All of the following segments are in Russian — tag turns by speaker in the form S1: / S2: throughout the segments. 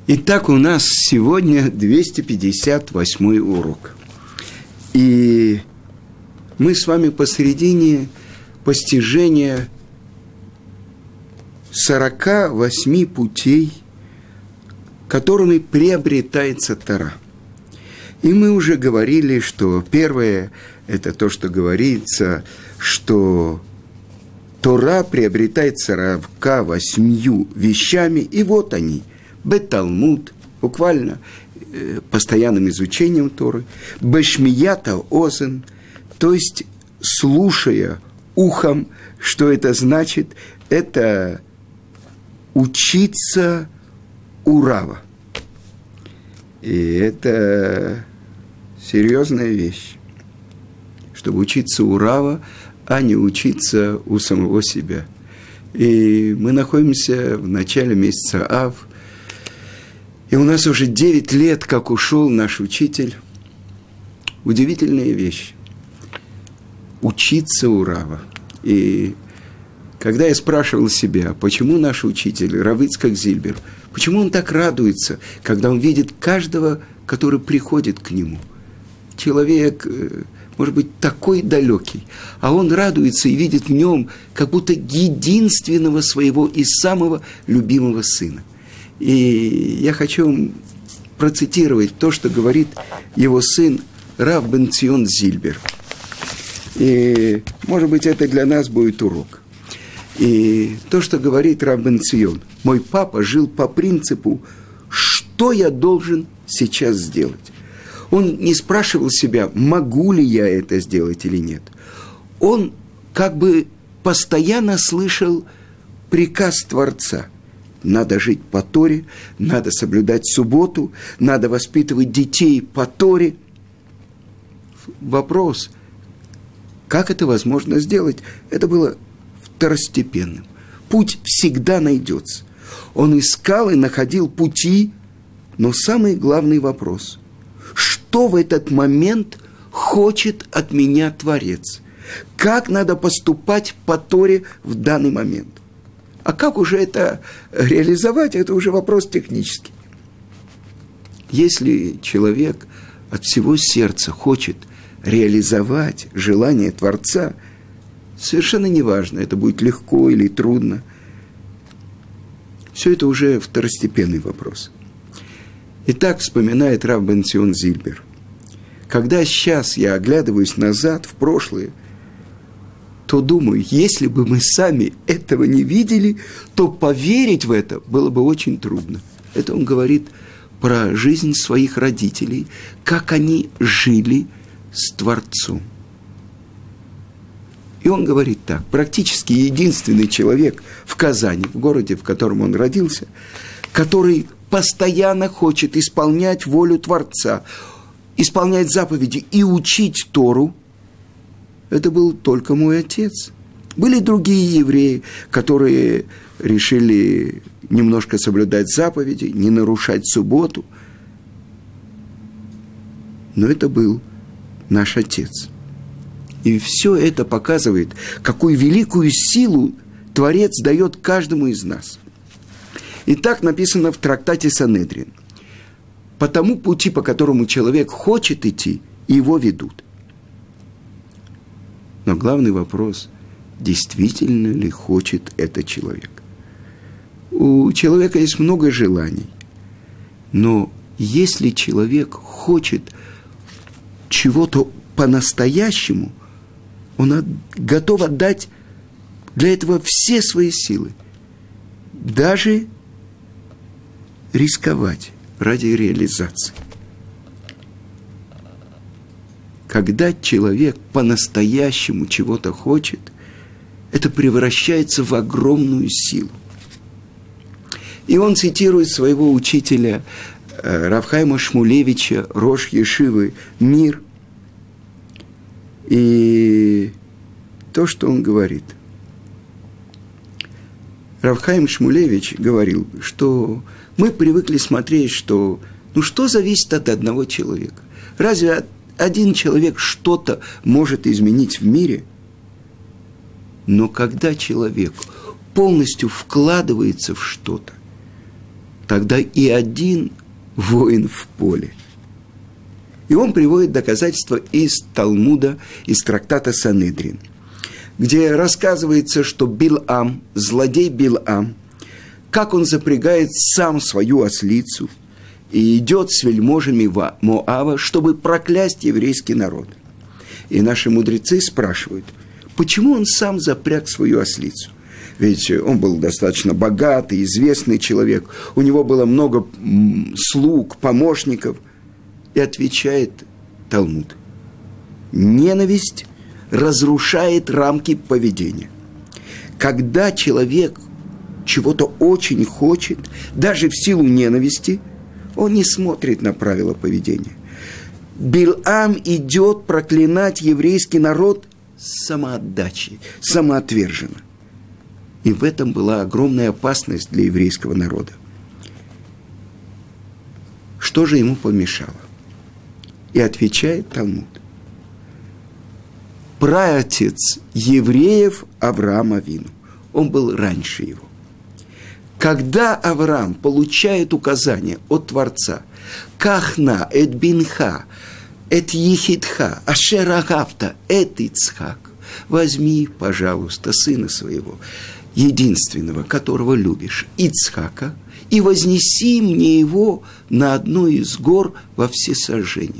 S1: Итак, у нас сегодня 258 урок. И мы с вами посередине постижения 48 путей, которыми приобретается Тора. И мы уже говорили, что первое – это то, что говорится, что Тора приобретается равка 8 вещами, и вот они – бет-талмуд, буквально постоянным изучением Торы, бешмията озен, то есть слушая ухом, что это значит, это учиться урава. И это серьезная вещь, чтобы учиться урава, а не учиться у самого себя. И мы находимся в начале месяца Ав, и у нас уже 9 лет, как ушел наш учитель. Удивительная вещь. Учиться урава. И когда я спрашивал себя, почему наш учитель, Рав Ицхак Зильбер, почему он так радуется, когда он видит каждого, который приходит к нему. Человек, может быть, такой далекий, а он радуется и видит в нем как будто единственного своего и самого любимого сына. И я хочу вам процитировать то, что говорит его сын Рав бен Цион Зильбер. И, может быть, это для нас будет урок. И то, что говорит Рав бен Цион. Мой папа жил по принципу, что я должен сейчас сделать. Он не спрашивал себя, могу ли я это сделать или нет. Он как бы постоянно слышал приказ Творца. Надо жить по Торе, надо соблюдать субботу, надо воспитывать детей по Торе. Вопрос, как это возможно сделать, это было второстепенным. Путь всегда найдется. Он искал и находил пути, но самый главный вопрос, что в этот момент хочет от меня Творец? Как надо поступать по Торе в данный момент? А как уже это реализовать, это уже вопрос технический. Если человек от всего сердца хочет реализовать желание Творца, совершенно неважно, это будет легко или трудно. Все это уже второстепенный вопрос. Итак, вспоминает Рав бен Цион Зильбер. Когда сейчас я оглядываюсь назад, в прошлое, то думаю, если бы мы сами этого не видели, то поверить в это было бы очень трудно. Это он говорит про жизнь своих родителей, как они жили с Творцом. И он говорит так, практически единственный человек в Казани, в городе, в котором он родился, который постоянно хочет исполнять волю Творца, исполнять заповеди и учить Тору, это был только мой отец. Были другие евреи, которые решили немножко соблюдать заповеди, не нарушать субботу. Но это был наш отец. И все это показывает, какую великую силу Творец дает каждому из нас. И так написано в трактате Санедрин. По тому пути, по которому человек хочет идти, его ведут. Но главный вопрос, действительно ли хочет этот человек? У человека есть много желаний, но если человек хочет чего-то по-настоящему, он готов отдать для этого все свои силы, даже рисковать ради реализации. Когда человек по-настоящему чего-то хочет, это превращается в огромную силу. И он цитирует своего учителя Рав Хаима Шмулевича, рош ешивы «Мир». И то, что он говорит. Рав Хаим Шмулевич говорил, что мы привыкли смотреть, что что зависит от одного человека? Разве один человек что-то может изменить в мире? Но когда человек полностью вкладывается в что-то, тогда и один воин в поле. И он приводит доказательства из Талмуда, из трактата Санедрин, где рассказывается, что Билам, злодей Билам, как он запрягает сам свою ослицу и идет с вельможами Моава, чтобы проклясть еврейский народ. И наши мудрецы спрашивают, почему он сам запряг свою ослицу? Ведь он был достаточно богатый, известный человек, у него было много слуг, помощников. И отвечает Талмуд: ненависть разрушает рамки поведения. Когда человек чего-то очень хочет, даже в силу ненависти, он не смотрит на правила поведения. Билам идет проклинать еврейский народ с самоотдачей, самоотверженно. И в этом была огромная опасность для еврейского народа. Что же ему помешало? И отвечает Талмуд: праотец евреев Авраам Авину. Он был раньше его. Когда Авраам получает указание от Творца: «Кахна, эт бинха, эт ехидха, ашер агавта, эт Ицхак», возьми, пожалуйста, сына своего, единственного, которого любишь, Ицхака, и вознеси мне его на одну из гор во всесожжение.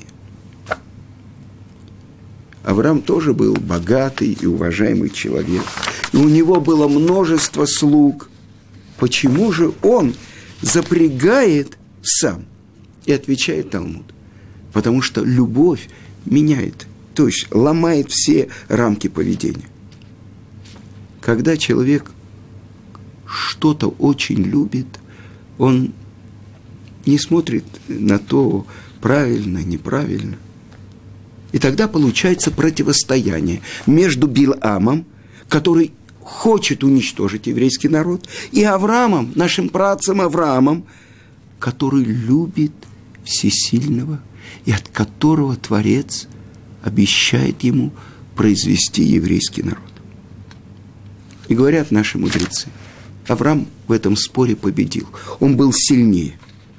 S1: Авраам тоже был богатый и уважаемый человек, и у него было множество слуг. Почему же он запрягает сам? И отвечает Талмуд: потому что любовь меняет, то есть ломает все рамки поведения. Когда человек что-то очень любит, он не смотрит на то, правильно, неправильно. И тогда получается противостояние между Биламом, который хочет уничтожить еврейский народ, и Авраамом, нашим праотцем Авраамом, который любит всесильного и от которого Творец обещает ему произвести еврейский народ. И говорят наши мудрецы: Авраам в этом споре победил. Он был сильнее.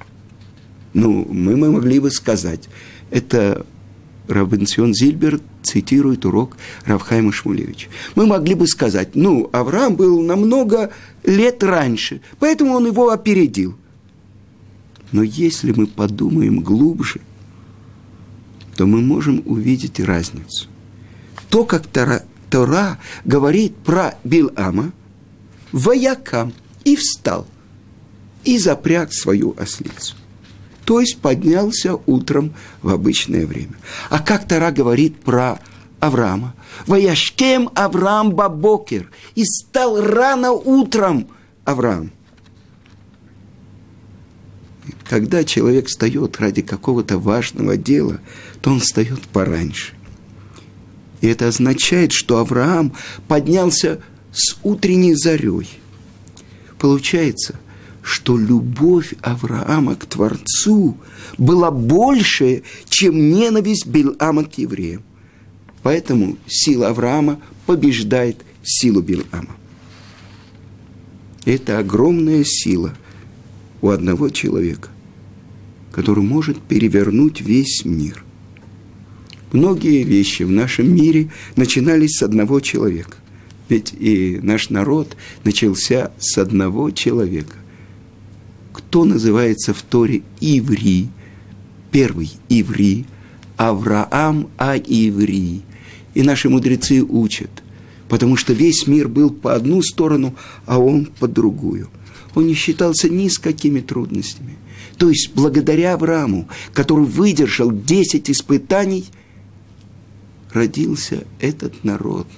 S1: Мы могли бы сказать, это Рав Бен-Цион Зильбер цитирует урок Рав Хаима Шмулевича. Мы могли бы сказать, Авраам был намного лет раньше, поэтому он его опередил. Но если мы подумаем глубже, то мы можем увидеть разницу. То, как Тора говорит про Билама: «Ваякам», и встал, и запряг свою ослицу. То есть поднялся утром в обычное время. А как Тора говорит про Авраама: «Ваяшкем Авраам бабокер», и стал рано утром Авраам. Когда человек встает ради какого-то важного дела, то он встает пораньше. И это означает, что Авраам поднялся с утренней зарей. Получается, что любовь Авраама к Творцу была больше, чем ненависть Билама к евреям. Поэтому сила Авраама побеждает силу Билама. Это огромная сила у одного человека, который может перевернуть весь мир. Многие вещи в нашем мире начинались с одного человека. Ведь и наш народ начался с одного человека. Кто называется в Торе Иври? Первый Иври, Авраам а-Иври. И наши мудрецы учат, потому что весь мир был по одну сторону, а он по другую. Он не считался ни с какими трудностями. То есть, благодаря Аврааму, который выдержал 10 испытаний, родился этот народ.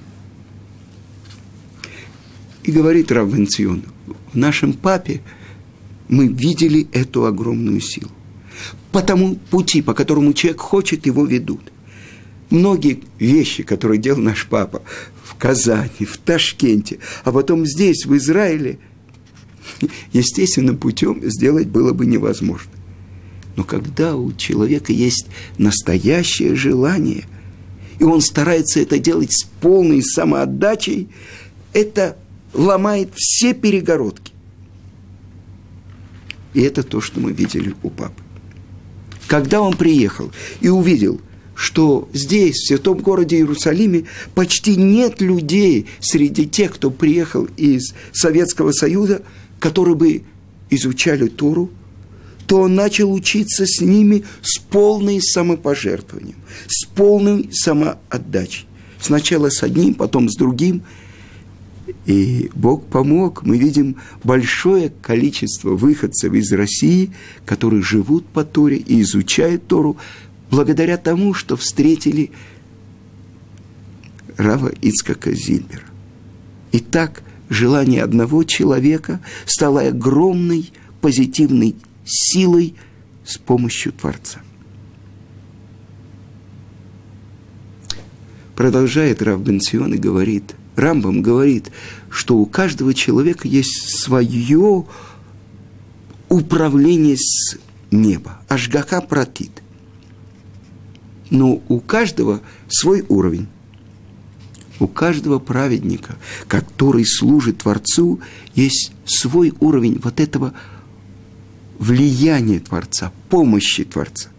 S1: И говорит Рав Бен-Цион: в нашем папе мы видели эту огромную силу. По тому пути, по которому человек хочет, его ведут. Многие вещи, которые делал наш папа в Казани, в Ташкенте, а потом здесь, в Израиле, естественным путем сделать было бы невозможно. Но когда у человека есть настоящее желание, и он старается это делать с полной самоотдачей, это ломает все перегородки. И это то, что мы видели у папы. Когда он приехал и увидел, что здесь, в святом городе Иерусалиме, почти нет людей среди тех, кто приехал из Советского Союза, которые бы изучали Тору, то он начал учиться с ними с полным самопожертвованием, с полной самоотдачей. Сначала с одним, потом с другим. И Бог помог. Мы видим большое количество выходцев из России, которые живут по Торе и изучают Тору, благодаря тому, что встретили рава Ицхака Зильбера. Итак, желание одного человека стало огромной позитивной силой с помощью Творца. Продолжает рав Бен-Цион и говорит, Рамбам говорит, что у каждого человека есть свое управление с неба, ашгаха пратит. Но у каждого свой уровень. У каждого праведника, который служит Творцу, есть свой уровень вот этого влияния Творца, помощи Творца.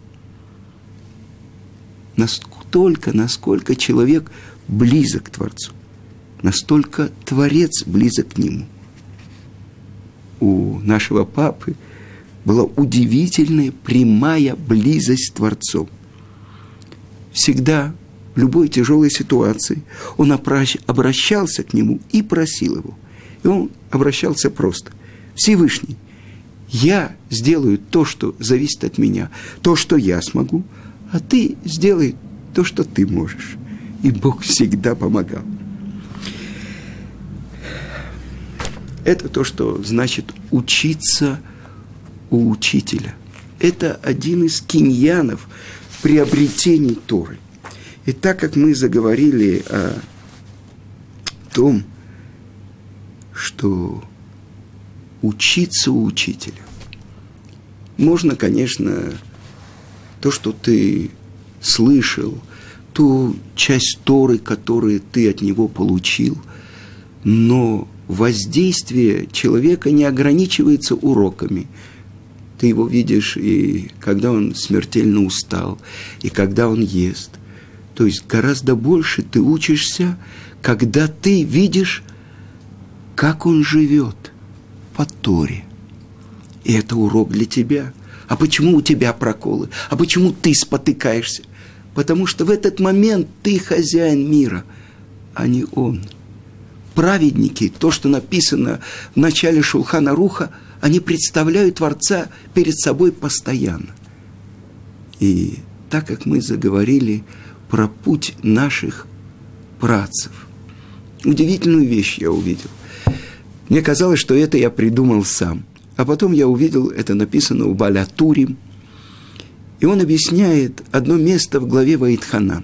S1: Настолько, насколько человек близок к Творцу, настолько Творец близок к нему. У нашего папы была удивительная прямая близость с Творцом. Всегда, в любой тяжелой ситуации, он обращался к нему и просил его. И он обращался просто. Всевышний, я сделаю то, что зависит от меня, то, что я смогу, а ты сделай то, что ты можешь. И Бог всегда помогал. Это то, что значит учиться у учителя. Это один из киньянов приобретений Торы. И так как мы заговорили о том, что учиться у учителя, можно, конечно, то, что ты слышал, ту часть Торы, которую ты от него получил, но воздействие человека не ограничивается уроками. Ты его видишь, и когда он смертельно устал, и когда он ест. То есть гораздо больше ты учишься, когда ты видишь, как он живет по Торе. И это урок для тебя. А почему у тебя проколы? А почему ты спотыкаешься? Потому что в этот момент ты хозяин мира, а не он. Праведники, то, что написано в начале Шулхан Аруха, они представляют Творца перед собой постоянно. И так как мы заговорили про путь наших працев, удивительную вещь я увидел. Мне казалось, что это я придумал сам. А потом я увидел, это написано у Бааля Турим. И он объясняет одно место в главе Ваитханан.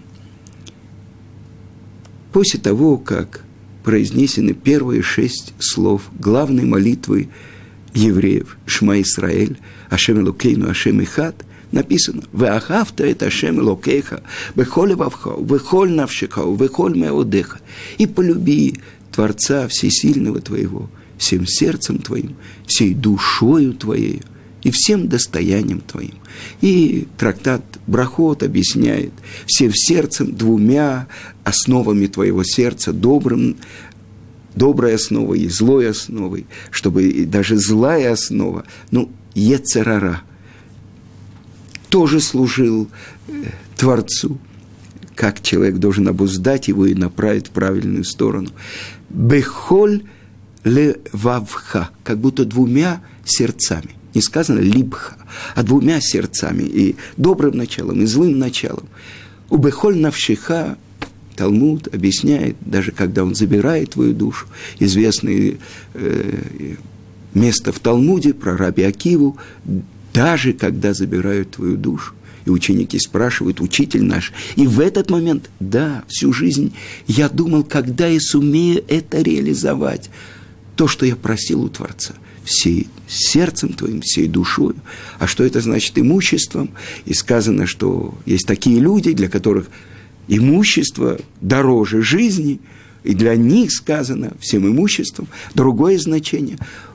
S1: После того, как произнесены первые 6 слов главной молитвы евреев, Шма Исраэль, Ашем Элокейну, Ашем Эхад, написано: «Веахавта эт Ашем Элокейха, вехоль левавха, вехоль навшеха, вехоль меодеха». И полюби Творца Всесильного твоего всем сердцем твоим, всей душою твоей и всем достоянием твоим. И трактат Брахот объясняет: всем сердцем, 2 основами твоего сердца, доброй основой и злой основой, чтобы и даже злая основа, йецер ара, тоже служил Творцу, как человек должен обуздать его и направить в правильную сторону. Бехоль левавха, как будто 2 сердцами. Не сказано либха, а 2 сердцами, и добрым началом, и злым началом. У бехоль навшиха, Талмуд объясняет, даже когда он забирает твою душу, известное место в Талмуде про раби Акиву, даже когда забирают твою душу. И ученики спрашивают: учитель наш, и в этот момент, да, всю жизнь я думал, когда я сумею это реализовать, то, что я просил у Творца, всей сердцем твоим, всей душой. А что это значит имуществом? И сказано, что есть такие люди, для которых имущество дороже жизни, и для них сказано всем имуществом. Другое значение.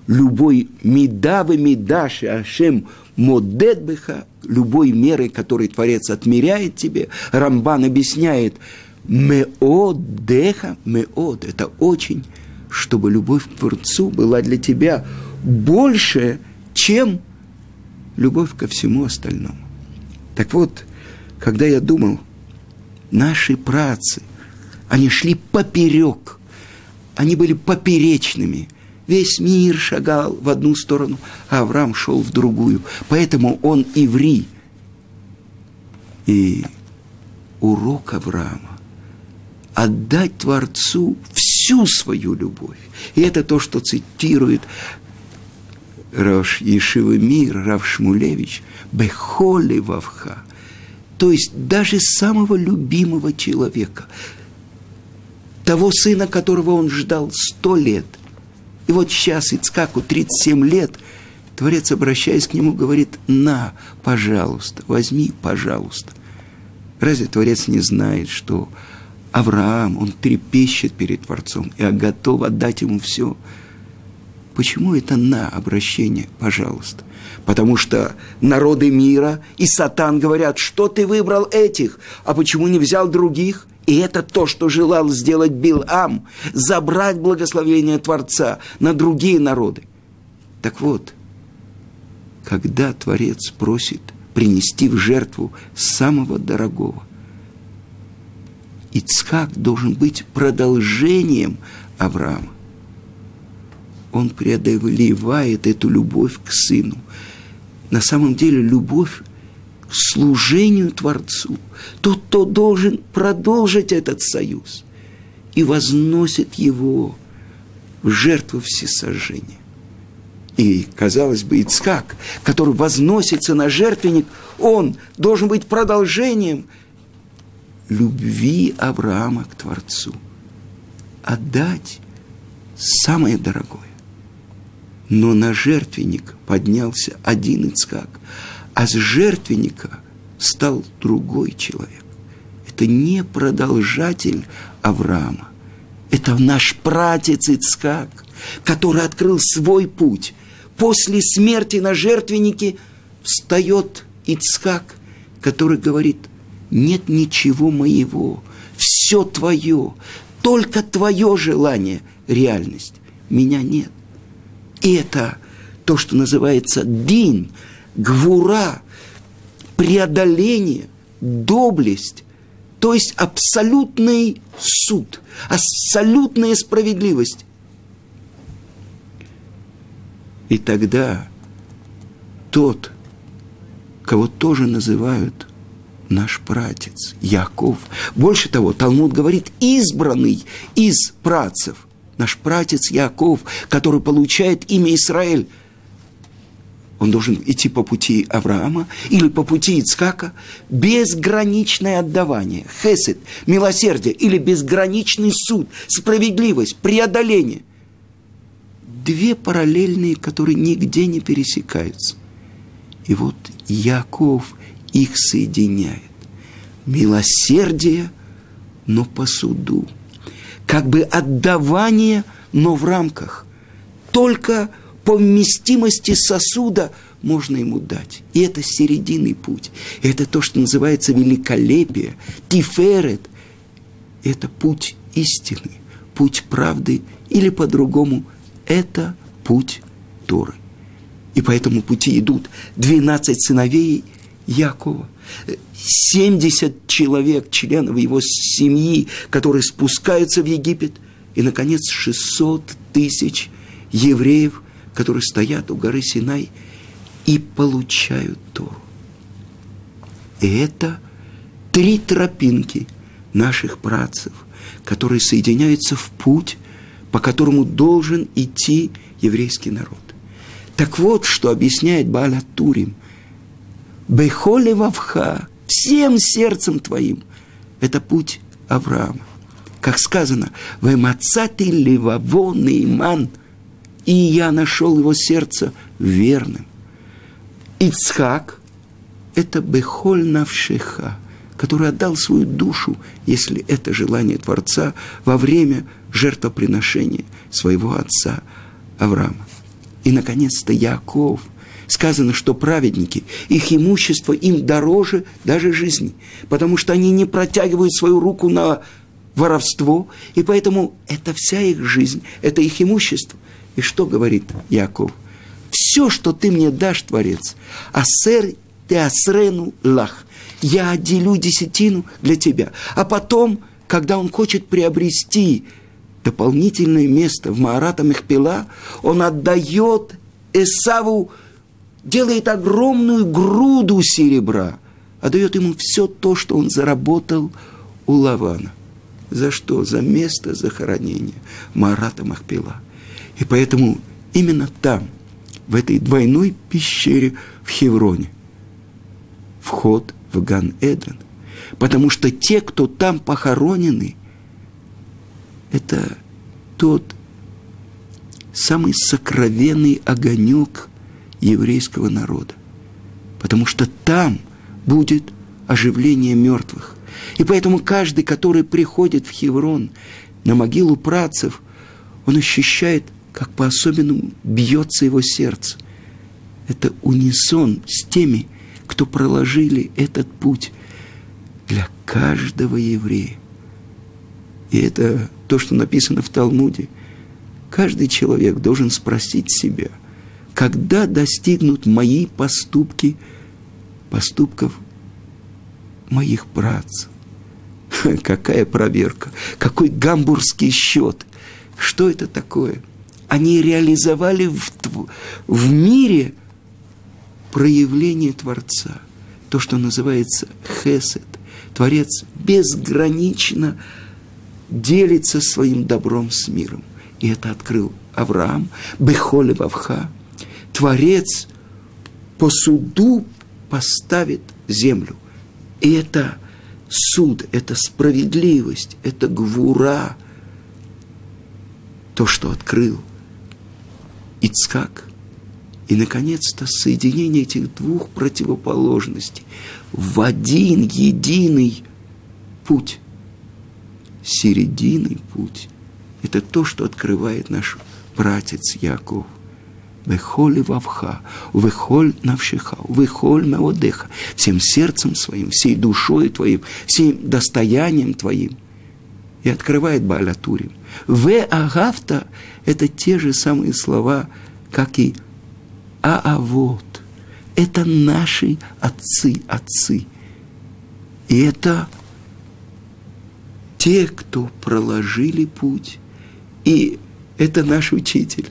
S1: любой мидавы мидаши ашем модет беха, любой мерой, которой Творец отмеряет тебе, Рамбан объясняет, меод деха, меод, это очень, чтобы любовь к Творцу была для тебя больше, чем любовь ко всему остальному. Так вот, когда я думал, наши праотцы, они шли поперек, они были поперечными. Весь мир шагал в одну сторону, а Авраам шел в другую. Поэтому он иврий. И урок Авраама – отдать Творцу всю свою любовь. И это то, что цитирует Рош Ешивы Мир, Рав Шмулевич, «Бехоли вавха». То есть даже самого любимого человека, того сына, которого он ждал 100 лет. И вот сейчас Ицхаку 37 лет, Творец, обращаясь к нему, говорит: на, пожалуйста, возьми, пожалуйста. Разве Творец не знает, что Авраам, он трепещет перед Творцом и готов отдать ему все? Почему это на обращение, пожалуйста? Потому что народы мира и Сатан говорят: что ты выбрал этих, а почему не взял других? И это то, что желал сделать Билам, забрать благословение Творца на другие народы. Так вот, когда Творец просит принести в жертву самого дорогого, Ицхак должен быть продолжением Авраама. Он преодолевает эту любовь к сыну. На самом деле любовь к служению Творцу. Тот, кто должен продолжить этот союз и возносит его в жертву всесожжения. И, казалось бы, Ицхак, который возносится на жертвенник, он должен быть продолжением любви Авраама к Творцу. Отдать самое дорогое. Но на жертвенник поднялся один Ицхак, а с жертвенника стал другой человек. Это не продолжатель Авраама. Это наш праотец Ицхак, который открыл свой путь. После смерти на жертвеннике встает Ицхак, который говорит: нет ничего моего, все твое, только твое желание, реальность. Меня нет. И это то, что называется дин, гвура, преодоление, доблесть, то есть абсолютный суд, абсолютная справедливость. И тогда тот, кого тоже называют наш праотец, Яаков, больше того, Талмуд говорит, избранный из праотцев, наш праотец Яаков, который получает имя Израиль, он должен идти по пути Авраама или по пути Ицхака, безграничное отдавание, хесед, милосердие или безграничный суд, справедливость, преодоление. Две параллельные, которые нигде не пересекаются. И вот Яаков их соединяет. Милосердие, но по суду. Как бы отдавание, но в рамках. Только по вместимости сосуда можно ему дать. И это серединный путь. Это то, что называется великолепие, тиферет. Это путь истины, путь правды, или по-другому, это путь Торы. И по этому пути идут 12 сыновей Яакова, 70 человек, членов его семьи, которые спускаются в Египет, и, наконец, 600 тысяч евреев, которые стоят у горы Синай и получают Тору. И это 3 тропинки наших праотцев, которые соединяются в путь, по которому должен идти еврейский народ. Так вот, что объясняет Бааль ха-Турим. «Бехоли вавха», всем сердцем твоим. Это путь Авраама. Как сказано, «Вемацати леваво нейман», и я нашел его сердце верным. Ицхак – это бехоль навшеха, который отдал свою душу, если это желание Творца, во время жертвоприношения своего отца Авраама. И, наконец-то, Яаков. Сказано, что праведники, их имущество им дороже даже жизни, потому что они не протягивают свою руку на воровство, и поэтому это вся их жизнь, это их имущество. И что говорит Яаков? Все, что ты мне дашь, Творец, асер те асрену лах, я отделю десятину для тебя. А потом, когда он хочет приобрести дополнительное место в Маарат Мехпила, он отдает Эсаву, делает огромную груду серебра, отдает ему все то, что он заработал у Лавана. За что? За место захоронения Маарата Махпила. И поэтому именно там, в этой двойной пещере в Хевроне, вход в Ган-Эден. Потому что те, кто там похоронены, это тот самый сокровенный огонек еврейского народа. Потому что там будет оживление мертвых. И поэтому каждый, который приходит в Хеврон на могилу працев, он ощущает, как по-особенному бьется его сердце. Это унисон с теми, кто проложили этот путь для каждого еврея. И это то, что написано в Талмуде. Каждый человек должен спросить себя, когда достигнут мои поступки, поступков моих працев. Какая проверка, какой гамбургский счет. Что это такое? Они реализовали в мире проявление Творца. То, что называется хесед. Творец безгранично делится своим добром с миром. И это открыл Авраам, Бехоле Вавха. Творец по суду поставит землю. И это суд, это справедливость, это гвура. То, что открыл Ицхак. И, наконец-то, соединение этих двух противоположностей в один единый путь. Серединный путь. Это то, что открывает наш братец Яаков. Вехоль вавха, вехоль навшиха, вехоль меодеха. Всем сердцем своим, всей душой твоим, всем достоянием твоим. И открывает Бааль ха-Турим. Ве агавта – это те же самые слова, как и аавот. Это наши отцы. И это те, кто проложили путь. И это наш учитель.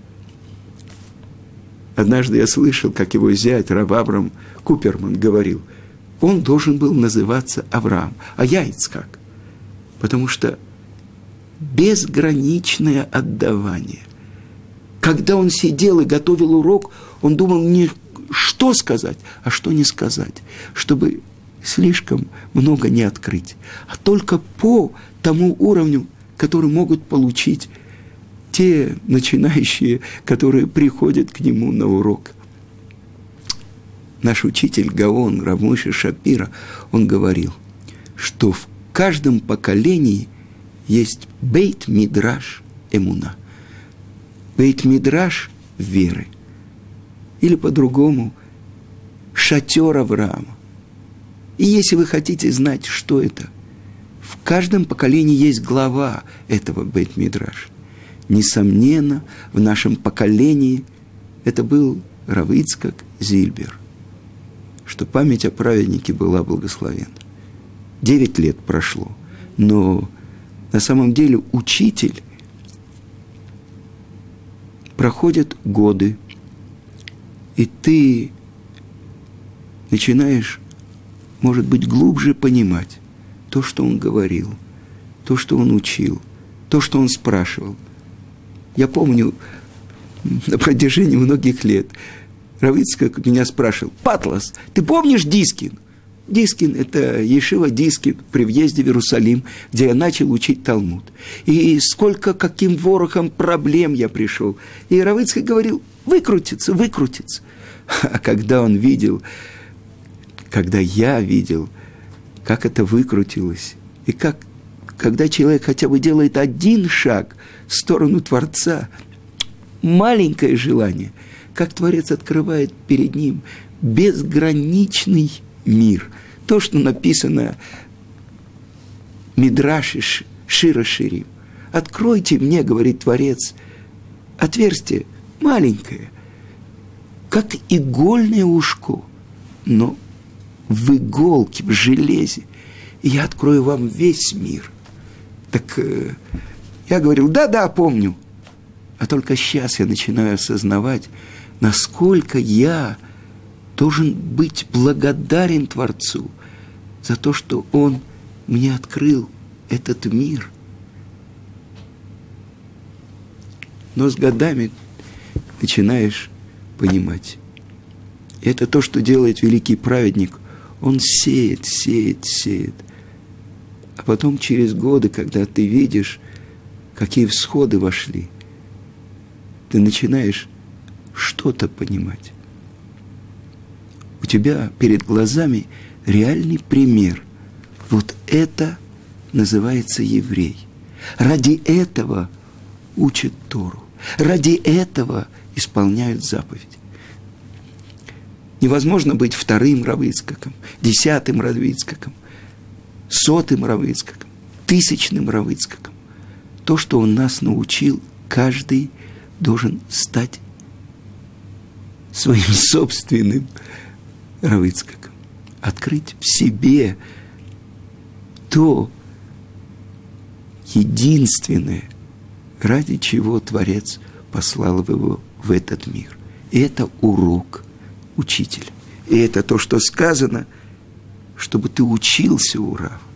S1: Однажды я слышал, как его зять Рав Авраам Куперман говорил, он должен был называться Авраам, а я Ицхак. Потому что безграничное отдавание. Когда он сидел и готовил урок, он думал не что сказать, а что не сказать, чтобы слишком много не открыть, а только по тому уровню, который могут получить те начинающие, которые приходят к нему на урок. Наш учитель Гаон, Рав Моше Шапира, он говорил, что в каждом поколении есть бейт-мидраш эмуна. Бейт-мидраш веры. Или по-другому шатер Авраама. И если вы хотите знать, что это, в каждом поколении есть глава этого бейт-мидраша. Несомненно, в нашем поколении это был Рав Ицхак Зильбер. Что память о праведнике была благословенна. 9 лет прошло, но на самом деле учитель проходят годы, и ты начинаешь, может быть, глубже понимать то, что он говорил, то, что он учил, то, что он спрашивал. Я помню, на протяжении многих лет Рав Ицхак меня спрашивал: «Патлас, ты помнишь Дискин?» Дискин – это Ешива Дискин при въезде в Иерусалим, где я начал учить Талмуд. И сколько, каким ворохом проблем я пришел. И Рав Ицхак говорил: выкрутиться. А когда он видел, когда я видел, как это выкрутилось, и как, когда человек хотя бы делает один шаг в сторону Творца, маленькое желание, как Творец открывает перед ним безграничный мир. То, что написано в Мидраше Шир ха-Ширим. «Откройте мне, — говорит Творец, — отверстие маленькое, как игольное ушко, но в иголке, в железе, и я открою вам весь мир». Так я говорил: да, помню. А только сейчас я начинаю осознавать, насколько я должен быть благодарен Творцу за то, что Он мне открыл этот мир. Но с годами начинаешь понимать. Это то, что делает великий праведник. Он сеет. А потом через годы, когда ты видишь, какие всходы вошли, ты начинаешь что-то понимать. У тебя перед глазами реальный пример. Вот это называется еврей. Ради этого учат Тору. Ради этого исполняют заповеди. Невозможно быть вторым Рав Ицхаком, 10-м Рав Ицхаком, 100-м Рав Ицхаком, 1000-м Рав Ицхаком. То, что он нас научил, каждый должен стать своим собственным Рав Ицхаком. Открыть в себе то единственное, ради чего Творец послал его в этот мир. И это урок учителя. И это то, что сказано, чтобы ты учился у Рава.